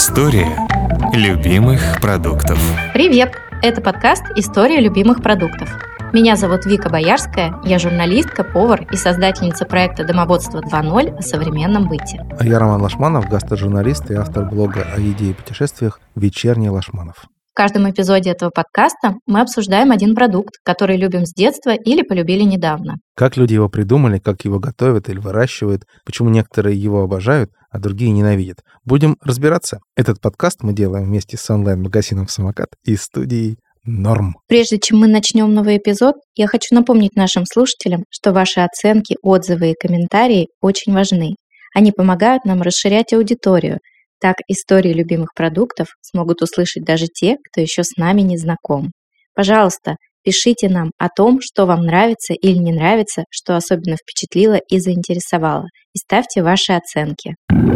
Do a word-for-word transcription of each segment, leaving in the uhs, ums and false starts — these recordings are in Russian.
История любимых продуктов. Привет! Это подкаст «История любимых продуктов». Меня зовут Вика Боярская, я журналистка, повар и создательница проекта «Домоводство два ноль» о современном быте. А я Роман Лашманов, гастрожурналист и автор блога о еде и путешествиях «Вечерний Лашманов». В каждом эпизоде этого подкаста мы обсуждаем один продукт, который любим с детства или полюбили недавно. Как люди его придумали, как его готовят или выращивают, почему некоторые его обожают, а другие ненавидят. Будем разбираться. Этот подкаст мы делаем вместе с онлайн-магазином «Самокат» и студией «Норм». Прежде чем мы начнем новый эпизод, я хочу напомнить нашим слушателям, что ваши оценки, отзывы и комментарии очень важны. Они помогают нам расширять аудиторию. Так истории любимых продуктов смогут услышать даже те, кто еще с нами не знаком. Пожалуйста, пишите нам о том, что вам нравится или не нравится, что особенно впечатлило и заинтересовало. И ставьте ваши оценки.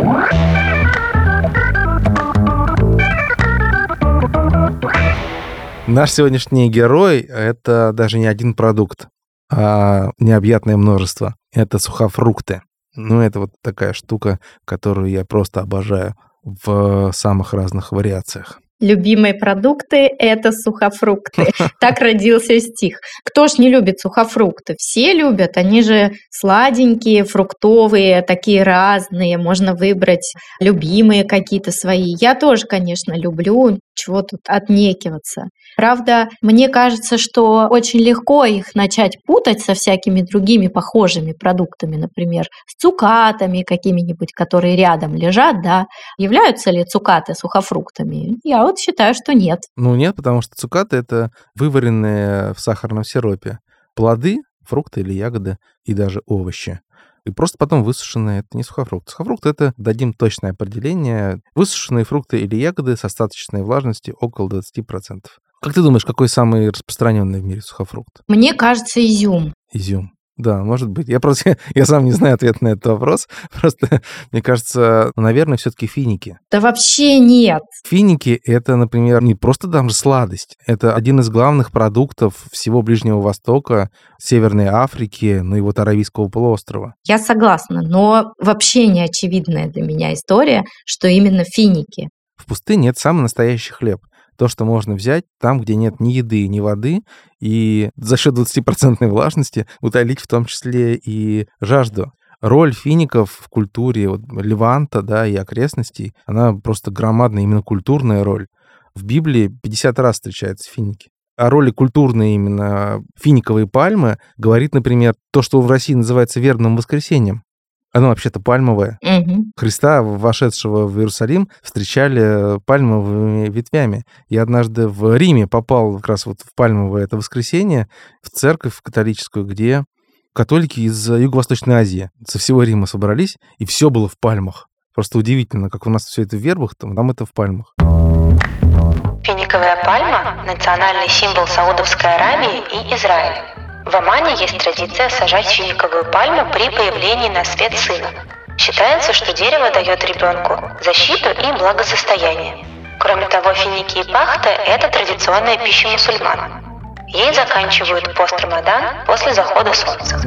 Наш сегодняшний герой — это даже не один продукт, а необъятное множество. Это сухофрукты. Ну, это вот такая штука, которую я просто обожаю в самых разных вариациях. Любимые продукты – это сухофрукты. Так родился стих. Кто ж не любит сухофрукты? Все любят, они же сладенькие, фруктовые, такие разные. Можно выбрать любимые какие-то свои. Я тоже, конечно, люблю. Чего тут отнекиваться? Правда, мне кажется, что очень легко их начать путать со всякими другими похожими продуктами, например, с цукатами какими-нибудь, которые рядом лежат, да. Являются ли цукаты сухофруктами? Я вот считаю, что нет. Ну нет, потому что цукаты — это вываренные в сахарном сиропе плоды, фрукты или ягоды и даже овощи. И просто потом высушенные — это не сухофрукты. Сухофрукты — это, дадим точное определение, высушенные фрукты или ягоды с остаточной влажностью около двадцать процентов. Как ты думаешь, какой самый распространенный в мире сухофрукт? Мне кажется, изюм. Изюм. Да, может быть. Я просто я сам не знаю ответ на этот вопрос. Просто, мне кажется, наверное, все-таки финики. Да вообще нет. Финики — это, например, не просто даже сладость. Это один из главных продуктов всего Ближнего Востока, Северной Африки, ну и вот Аравийского полуострова. Я согласна, но вообще не очевидная для меня история, что именно финики. В пустыне это самый настоящий хлеб. То, что можно взять там, где нет ни еды, ни воды, и за счет двадцатипроцентной влажности утолить в том числе и жажду. Роль фиников в культуре вот, Леванта, да, и окрестностей, она просто громадная, именно культурная роль. В Библии пятьдесят раз встречаются финики. О роли культурной именно финиковой пальмы говорит, например, то, что в России называется вербным воскресеньем. Оно вообще-то пальмовое. Угу. Христа, вошедшего в Иерусалим, встречали пальмовыми ветвями. Я однажды в Риме попал как раз вот в пальмовое это воскресенье, в церковь католическую, где католики из Юго-Восточной Азии со всего Рима собрались, и все было в пальмах. Просто удивительно, как у нас все это в вербах, там это в пальмах. Финиковая пальма – национальный символ Саудовской Аравии и Израиля. В Омане есть традиция сажать финиковую пальму при появлении на свет сына. Считается, что дерево дает ребенку защиту и благосостояние. Кроме того, финики и пахта – это традиционная пища мусульман. Ей заканчивают пост Рамадан после захода солнца.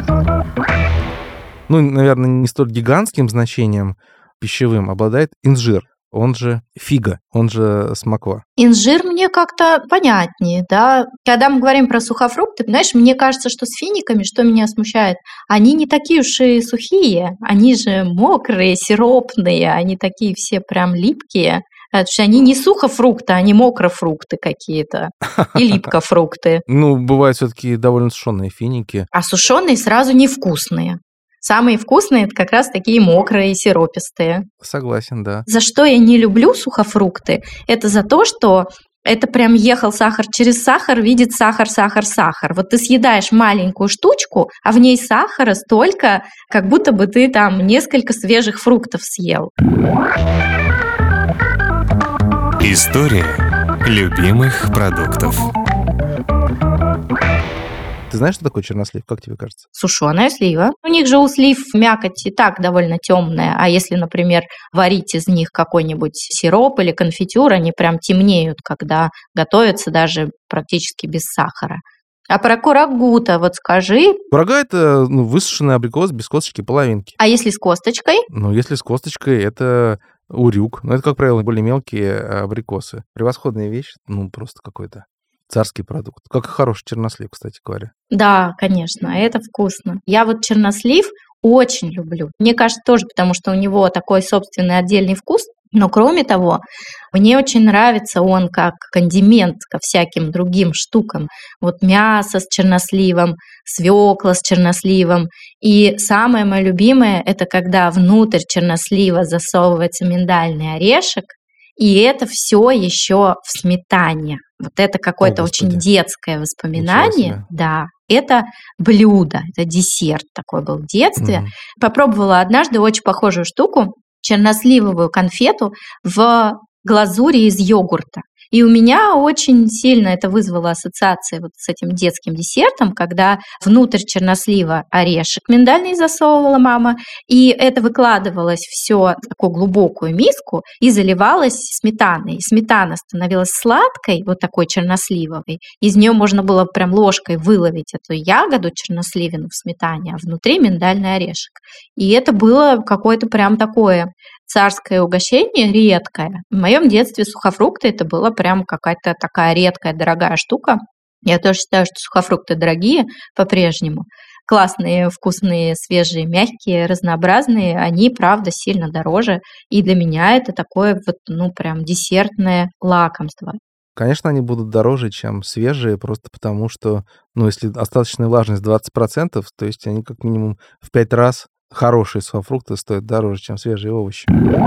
Ну, наверное, не столь гигантским значением пищевым обладает инжир. Он же фига, он же смоква. Инжир мне как-то понятнее, да. Когда мы говорим про сухофрукты, знаешь, мне кажется, что с финиками, что меня смущает, они не такие уж и сухие, они же мокрые, сиропные, они такие все прям липкие. Потому что они не сухофрукты, они мокрофрукты какие-то и липкофрукты. Ну, бывают все-таки довольно сушеные финики. А сушеные сразу невкусные. Самые вкусные – это как раз такие мокрые, сиропистые. Согласен, да. За что я не люблю сухофрукты? Это за то, что это прям ехал сахар через сахар, видит сахар, сахар, сахар. Вот ты съедаешь маленькую штучку, а в ней сахара столько, как будто бы ты там несколько свежих фруктов съел. История любимых продуктов. Ты знаешь, что такое чернослив? Как тебе кажется? Сушеная слива. У них же у слив мякоть и так довольно темная. А если, например, варить из них какой-нибудь сироп или конфитюр, они прям темнеют, когда готовятся даже практически без сахара. А про курагу-то вот скажи. Курага — это ну, высушенный абрикос без косточки половинки. А если с косточкой? Ну, если с косточкой, это урюк. Но это, как правило, более мелкие абрикосы. Превосходная вещь, ну, просто какой-то царский продукт. Как и хороший чернослив, кстати говоря. Да, конечно, это вкусно. Я вот чернослив очень люблю. Мне кажется, тоже потому, что у него такой собственный отдельный вкус. Но кроме того, мне очень нравится он как кондимент ко всяким другим штукам. Вот мясо с черносливом, свекла с черносливом. И самое мое любимое – это когда внутрь чернослива засовывается миндальный орешек, и это все еще в сметане. Вот это какое-то О, очень Господи. детское воспоминание. Да, это блюдо, это десерт такой был в детстве. Мгм. Попробовала однажды очень похожую штуку, черносливовую конфету в глазури из йогурта. И у меня очень сильно это вызвало ассоциации вот с этим детским десертом, когда внутрь чернослива орешек миндальный засовывала мама, и это выкладывалось все в такую глубокую миску и заливалось сметаной. И сметана становилась сладкой, вот такой черносливовой. Из нее можно было прям ложкой выловить эту ягоду черносливину в сметане, а внутри миндальный орешек. И это было какое-то прям такое царское угощение, редкое. В моем детстве сухофрукты это была прям какая-то такая редкая, дорогая штука. Я тоже считаю, что сухофрукты дорогие по-прежнему. Классные, вкусные, свежие, мягкие, разнообразные. Они, правда, сильно дороже. И для меня это такое вот, ну, прям десертное лакомство. Конечно, они будут дороже, чем свежие, просто потому что, ну, если остаточная влажность двадцать процентов, то есть они как минимум в пять раз хорошие сухофрукты стоят дороже, чем свежие овощи.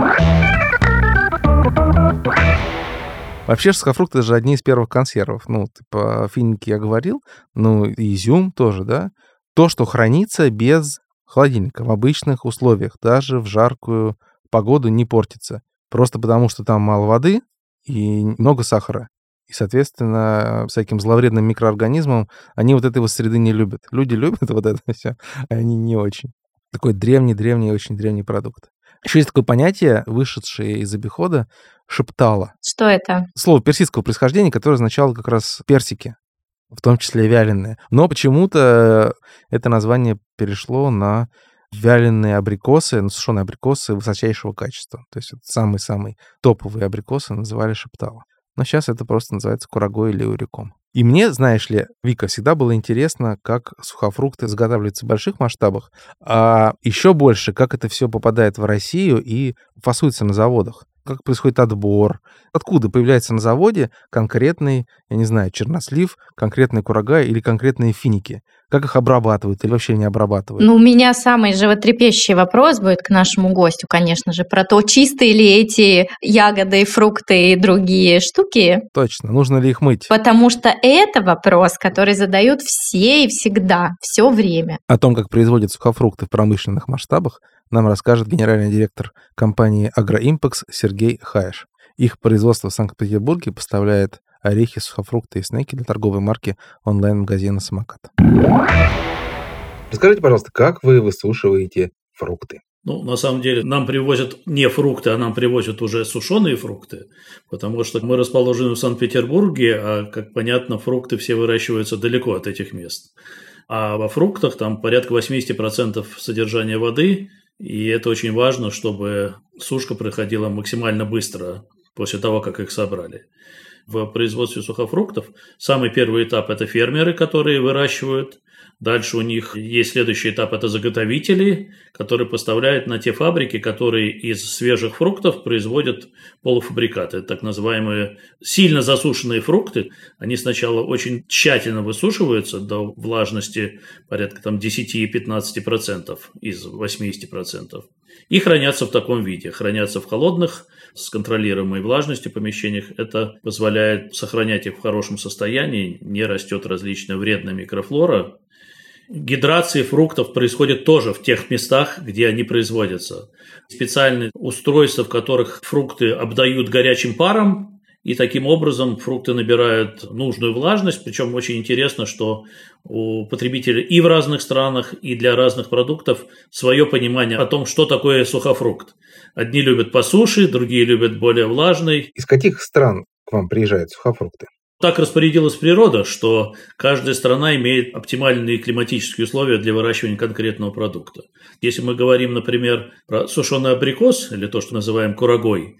Вообще сухофрукты — это же одни из первых консервов. Ну, по финики я говорил, ну, и изюм тоже, да. То, что хранится без холодильника в обычных условиях, даже в жаркую погоду не портится. Просто потому, что там мало воды и много сахара. И, соответственно, всяким зловредным микроорганизмам они вот этой вот среды не любят. Люди любят вот это все, а они не очень. Такой древний-древний, очень древний продукт. Еще есть такое понятие, вышедшее из обихода, шептала. Что это? Слово персидского происхождения, которое означало как раз персики, в том числе вяленые. Но почему-то это название перешло на вяленые абрикосы, ну, сушеные абрикосы высочайшего качества. То есть это самые-самые топовые абрикосы называли шептала. Но сейчас это просто называется курагой или урюком. И мне, знаешь ли, Вика, всегда было интересно, как сухофрукты изготавливаются в больших масштабах, а еще больше, как это все попадает в Россию и фасуется на заводах. Как происходит отбор, откуда появляется на заводе конкретный, я не знаю, чернослив, конкретный курага или конкретные финики. Как их обрабатывают или вообще не обрабатывают? Ну, у меня самый животрепещущий вопрос будет к нашему гостю, конечно же, про то, чистые ли эти ягоды, фрукты и другие штуки. Точно. Нужно ли их мыть? Потому что это вопрос, который задают все и всегда, все время. О том, как производят сухофрукты в промышленных масштабах, нам расскажет генеральный директор компании «Агроимпекс» Сергей Хаеш. Их производство в Санкт-Петербурге поставляет орехи, сухофрукты и снеки для торговой марки онлайн-магазина «Самокат». Расскажите, пожалуйста, как вы высушиваете фрукты? Ну, на самом деле, нам привозят не фрукты, а нам привозят уже сушеные фрукты, потому что мы расположены в Санкт-Петербурге, а, как понятно, фрукты все выращиваются далеко от этих мест. А во фруктах там порядка восемьдесят процентов содержания воды, и это очень важно, чтобы сушка проходила максимально быстро после того, как их собрали. В производстве сухофруктов самый первый этап – это фермеры, которые выращивают. Дальше у них есть следующий этап – это заготовители, которые поставляют на те фабрики, которые из свежих фруктов производят полуфабрикаты, так называемые сильно засушенные фрукты. Они сначала очень тщательно высушиваются до влажности порядка там, десять-пятнадцать процентов из восемьдесят процентов. И хранятся в таком виде. Хранятся в холодных, с контролируемой влажностью помещениях. Это позволяет сохранять их в хорошем состоянии, не растет различная вредная микрофлора. Гидрация фруктов происходит тоже в тех местах, где они производятся. Специальные устройства, в которых фрукты обдают горячим паром, и таким образом фрукты набирают нужную влажность. Причем очень интересно, что у потребителей и в разных странах, и для разных продуктов свое понимание о том, что такое сухофрукт. Одни любят по суше, другие любят более влажный. Из каких стран к вам приезжают сухофрукты? Так распорядилась природа, что каждая страна имеет оптимальные климатические условия для выращивания конкретного продукта. Если мы говорим, например, про сушеный абрикос, или то, что называем курагой,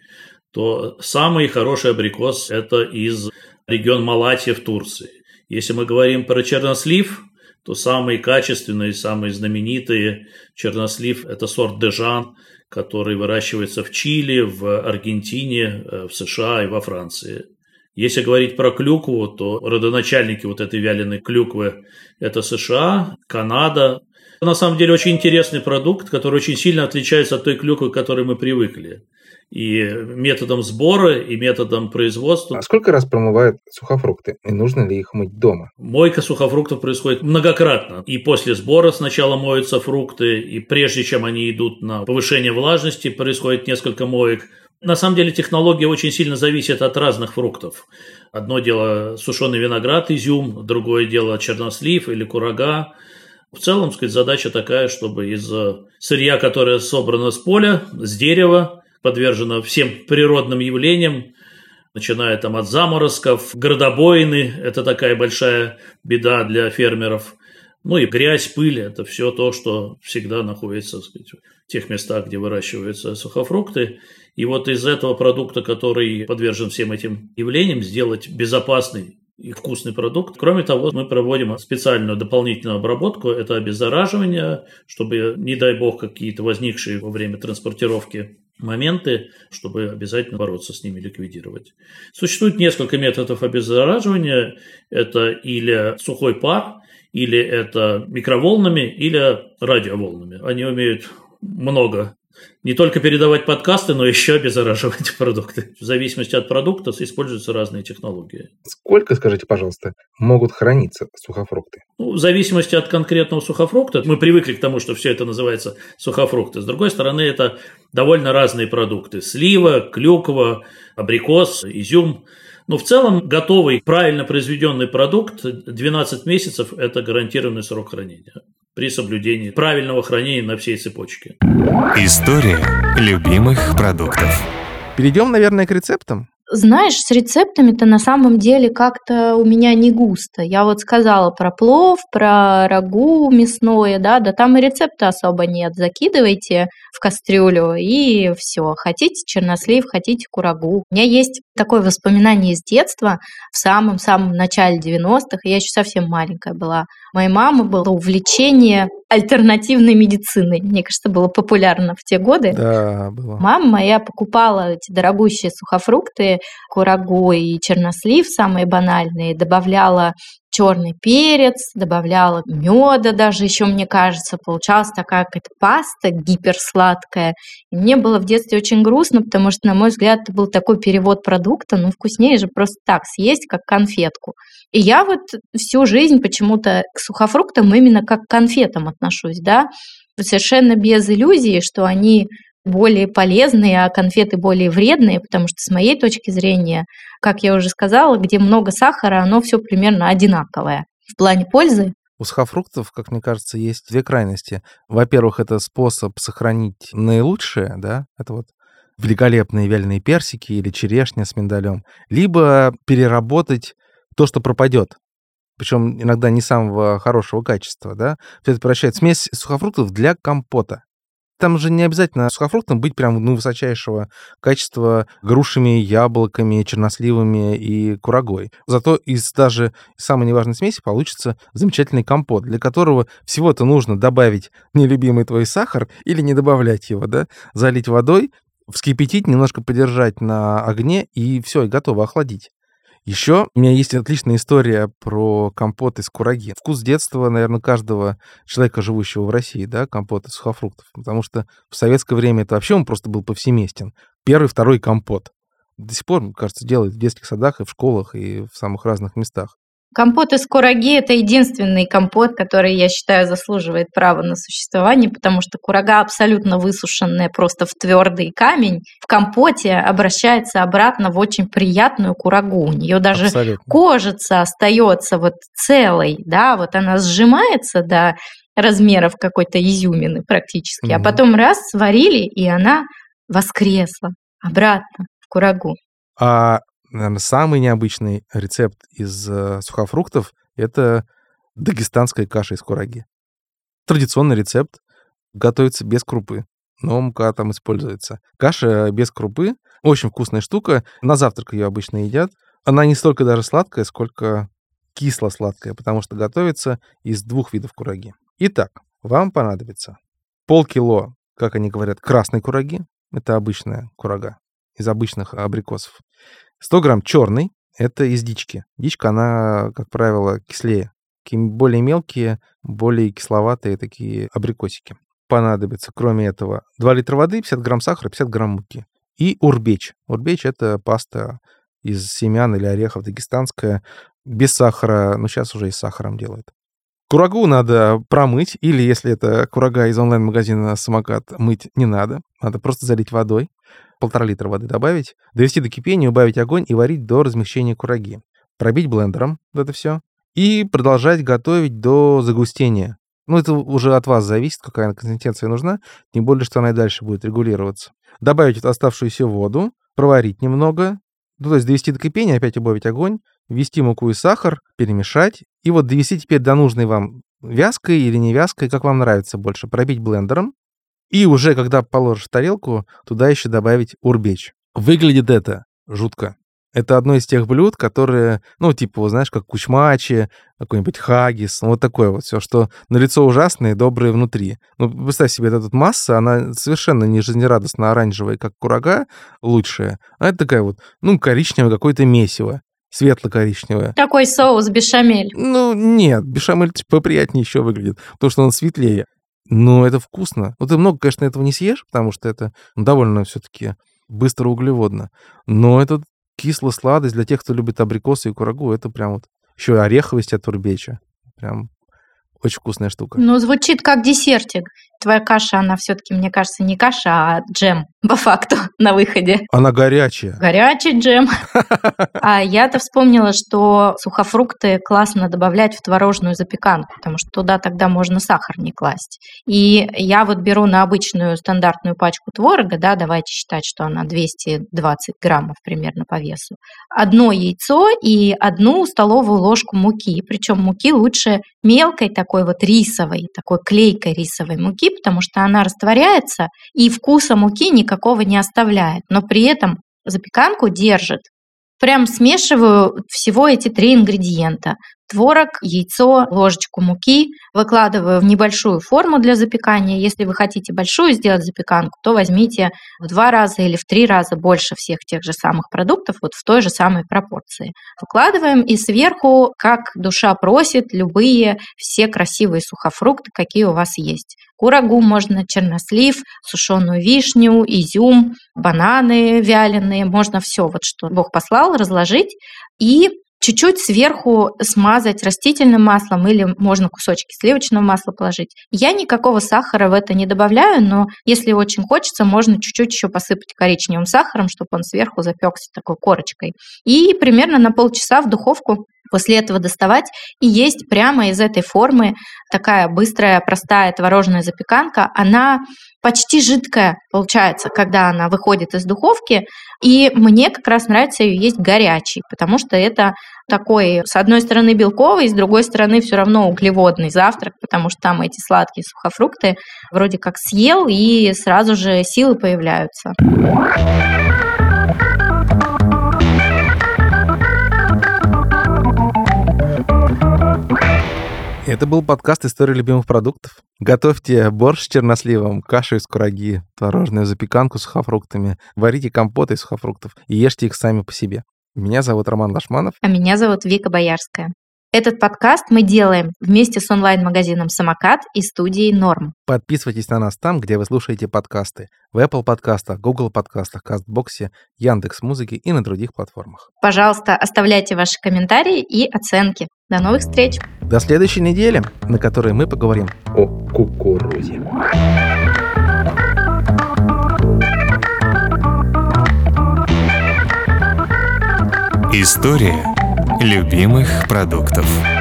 то самый хороший абрикос – это из региона Малатья в Турции. Если мы говорим про чернослив, то самые качественные, самые знаменитые чернослив – это сорт Дежан, который выращивается в Чили, в Аргентине, в США и во Франции. Если говорить про клюкву, то родоначальники вот этой вяленой клюквы – это США, Канада. На самом деле очень интересный продукт, который очень сильно отличается от той клюквы, к которой мы привыкли. И методом сбора, и методом производства. А сколько раз промывают сухофрукты? И нужно ли их мыть дома? Мойка сухофруктов происходит многократно. И после сбора сначала моются фрукты, и прежде чем они идут на повышение влажности, происходит несколько моек. На самом деле технология очень сильно зависит от разных фруктов. Одно дело сушеный виноград, изюм, другое дело чернослив или курага. В целом, так сказать, задача такая, чтобы из сырья, которое собрано с поля, с дерева, подвержено всем природным явлениям, начиная там от заморозков, градобоины, это такая большая беда для фермеров. Ну и грязь, пыль – это все то, что всегда находится, так сказать, в тех местах, где выращиваются сухофрукты. И вот из этого продукта, который подвержен всем этим явлениям, сделать безопасный и вкусный продукт. Кроме того, мы проводим специальную дополнительную обработку, это обеззараживание, чтобы, не дай бог, какие-то возникшие во время транспортировки моменты, чтобы обязательно бороться с ними, ликвидировать. Существует несколько методов обеззараживания. Это или сухой пар, или это микроволнами, или радиоволнами. Они умеют много. Не только передавать подкасты, но еще обеззараживать продукты. В зависимости от продукта используются разные технологии. Сколько, скажите, пожалуйста, могут храниться сухофрукты? Ну, в зависимости от конкретного сухофрукта. Мы привыкли к тому, что все это называется сухофрукты. С другой стороны, это довольно разные продукты. Слива, клюква, абрикос, изюм. Но в целом готовый, правильно произведенный продукт двенадцать месяцев – это гарантированный срок хранения при соблюдении правильного хранения на всей цепочке. История любимых продуктов. Перейдем, наверное, к рецептам. Знаешь, с рецептами-то на самом деле как-то у меня не густо. Я вот сказала про плов, про рагу мясное, да, да там и рецепта особо нет. Закидывайте в кастрюлю и все. Хотите чернослив, хотите курагу. У меня есть такое воспоминание из детства, в самом-самом начале девяностых, я еще совсем маленькая была. У моей мамы было увлечение альтернативной медициной. Мне кажется, было популярно в те годы. Да, было. Мама моя покупала эти дорогущие сухофрукты, курагу и чернослив, самые банальные, добавляла черный перец, добавляла меда даже еще, мне кажется, получалась такая какая-то паста гиперсладкая. И мне было в детстве очень грустно, потому что, на мой взгляд, это был такой перевод продукта, ну, вкуснее же просто так съесть, как конфетку. И я вот всю жизнь почему-то к сухофруктам именно как к конфетам отношусь, да, совершенно без иллюзии, что они более полезные, а конфеты более вредные, потому что с моей точки зрения, как я уже сказала, где много сахара, оно все примерно одинаковое в плане пользы. У сухофруктов, как мне кажется, есть две крайности. Во-первых, это способ сохранить наилучшее, да, это вот великолепные вяленые персики или черешня с миндалем, либо переработать то, что пропадет. Причем иногда не самого хорошего качества, да. Все это превращает в смесь сухофруктов для компота. Там же не обязательно сухофруктом быть прям ну, высочайшего качества грушами, яблоками, черносливами и курагой. Зато из даже самой неважной смеси получится замечательный компот, для которого всего-то нужно добавить нелюбимый твой сахар или не добавлять его, да, залить водой, вскипятить, немножко подержать на огне и все, и готово охладить. Еще у меня есть отличная история про компот из кураги. Вкус детства, наверное, каждого человека, живущего в России, да, компот из сухофруктов. Потому что в советское время это вообще он просто был повсеместен. Первый, второй компот. До сих пор, мне кажется, делают в детских садах и в школах, и в самых разных местах. Компот из кураги – это единственный компот, который, я считаю, заслуживает права на существование, потому что курага абсолютно высушенная просто в твердый камень. В компоте обращается обратно в очень приятную курагу. У нее даже абсолютно. Кожица остается вот целой, да, вот она сжимается до размеров какой-то изюмины практически, mm-hmm. а потом раз сварили, и она воскресла обратно в курагу. А наверное, самый необычный рецепт из э, сухофруктов — это дагестанская каша из кураги. Традиционный рецепт, готовится без крупы, но мука там используется. Каша без крупы — очень вкусная штука. На завтрак ее обычно едят. Она не столько даже сладкая, сколько кисло-сладкая, потому что готовится из двух видов кураги. Итак, вам понадобится полкило, как они говорят, красной кураги. Это обычная курага из обычных абрикосов. сто грамм черной. Это из дички. Дичка, она, как правило, кислее. Более мелкие, более кисловатые такие абрикосики. Понадобится, кроме этого, два литра воды, пятьдесят грамм сахара, пятьдесят грамм муки. И урбеч. Урбеч — это паста из семян или орехов, дагестанская, без сахара, но сейчас уже и с сахаром делают. Курагу надо промыть, или если это курага из онлайн-магазина «Самокат», мыть не надо. Надо просто залить водой, полтора литра воды добавить, довести до кипения, убавить огонь и варить до размягчения кураги. Пробить блендером вот это все и продолжать готовить до загустения. Ну, это уже от вас зависит, какая консистенция нужна, тем более, что она и дальше будет регулироваться. Добавить эту оставшуюся воду, проварить немного, ну, то есть довести до кипения, опять убавить огонь, ввести муку и сахар, перемешать, и вот довести теперь до нужной вам вязкой или не вязкой, как вам нравится больше, пробить блендером, и уже, когда положишь в тарелку, туда еще добавить урбеч. Выглядит это жутко. Это одно из тех блюд, которые, ну, типа, вот, знаешь, как кучмачи, какой-нибудь хаггис, ну, вот такое вот все, что на лицо ужасное и доброе внутри. Ну, представь себе, эта тут масса, она совершенно не жизнерадостно-оранжевая, как курага, лучшая, а это такая вот, ну, коричневое какое-то месиво, светло-коричневое. Такой соус бешамель. Ну, нет, бешамель поприятнее еще выглядит, потому что он светлее. Но это вкусно. Ну, ты много, конечно, этого не съешь, потому что это ну, довольно все-таки быстро углеводно. Но это кисло-сладость для тех, кто любит абрикосы и курагу, это прям вот еще ореховость от урбеча. Прям очень вкусная штука. Ну, звучит как десертик. Твоя каша, она все-таки, мне кажется, не каша, а джем, по факту, на выходе. Она горячая. Горячий джем. А я-то вспомнила, что сухофрукты классно добавлять в творожную запеканку, потому что туда тогда можно сахар не класть. И я вот беру на обычную стандартную пачку творога, да, давайте считать, что она двести двадцать граммов примерно по весу, одно яйцо и одну столовую ложку муки. Причем муки лучше мелкой такой вот рисовой, такой клейкой рисовой муки, потому что она растворяется и вкуса муки никакого не оставляет, но при этом запеканку держит. Прям смешиваю всего эти три ингредиента. Творог, яйцо, ложечку муки. Выкладываю в небольшую форму для запекания. Если вы хотите большую сделать запеканку, то возьмите в два раза или в три раза больше всех тех же самых продуктов, вот в той же самой пропорции. Выкладываем и сверху, как душа просит, любые все красивые сухофрукты, какие у вас есть. Курагу можно, чернослив, сушеную вишню, изюм, бананы вяленые. Можно все, вот что Бог послал, разложить и чуть-чуть сверху смазать растительным маслом или можно кусочки сливочного масла положить. Я никакого сахара в это не добавляю, но если очень хочется, можно чуть-чуть еще посыпать коричневым сахаром, чтобы он сверху запекся такой корочкой. И примерно на полчаса в духовку. После этого доставать и есть прямо из этой формы. Такая быстрая, простая творожная запеканка. Она почти жидкая получается, когда она выходит из духовки. И мне как раз нравится ее есть горячей, потому что это такой, с одной стороны, белковый, с другой стороны, все равно углеводный завтрак, потому что там эти сладкие сухофрукты вроде как съел, и сразу же силы появляются. Это был подкаст «История любимых продуктов». Готовьте борщ с черносливом, кашу из кураги, творожную запеканку с сухофруктами, варите компоты из сухофруктов и ешьте их сами по себе. Меня зовут Роман Лашманов. А меня зовут Вика Боярская. Этот подкаст мы делаем вместе с онлайн-магазином «Самокат» и студией «Норм». Подписывайтесь на нас там, где вы слушаете подкасты. В Apple подкастах, Google подкастах, Кастбоксе, Яндекс.Музыке и на других платформах. Пожалуйста, оставляйте ваши комментарии и оценки. До новых встреч! До следующей недели, на которой мы поговорим о кукурузе. История любимых продуктов.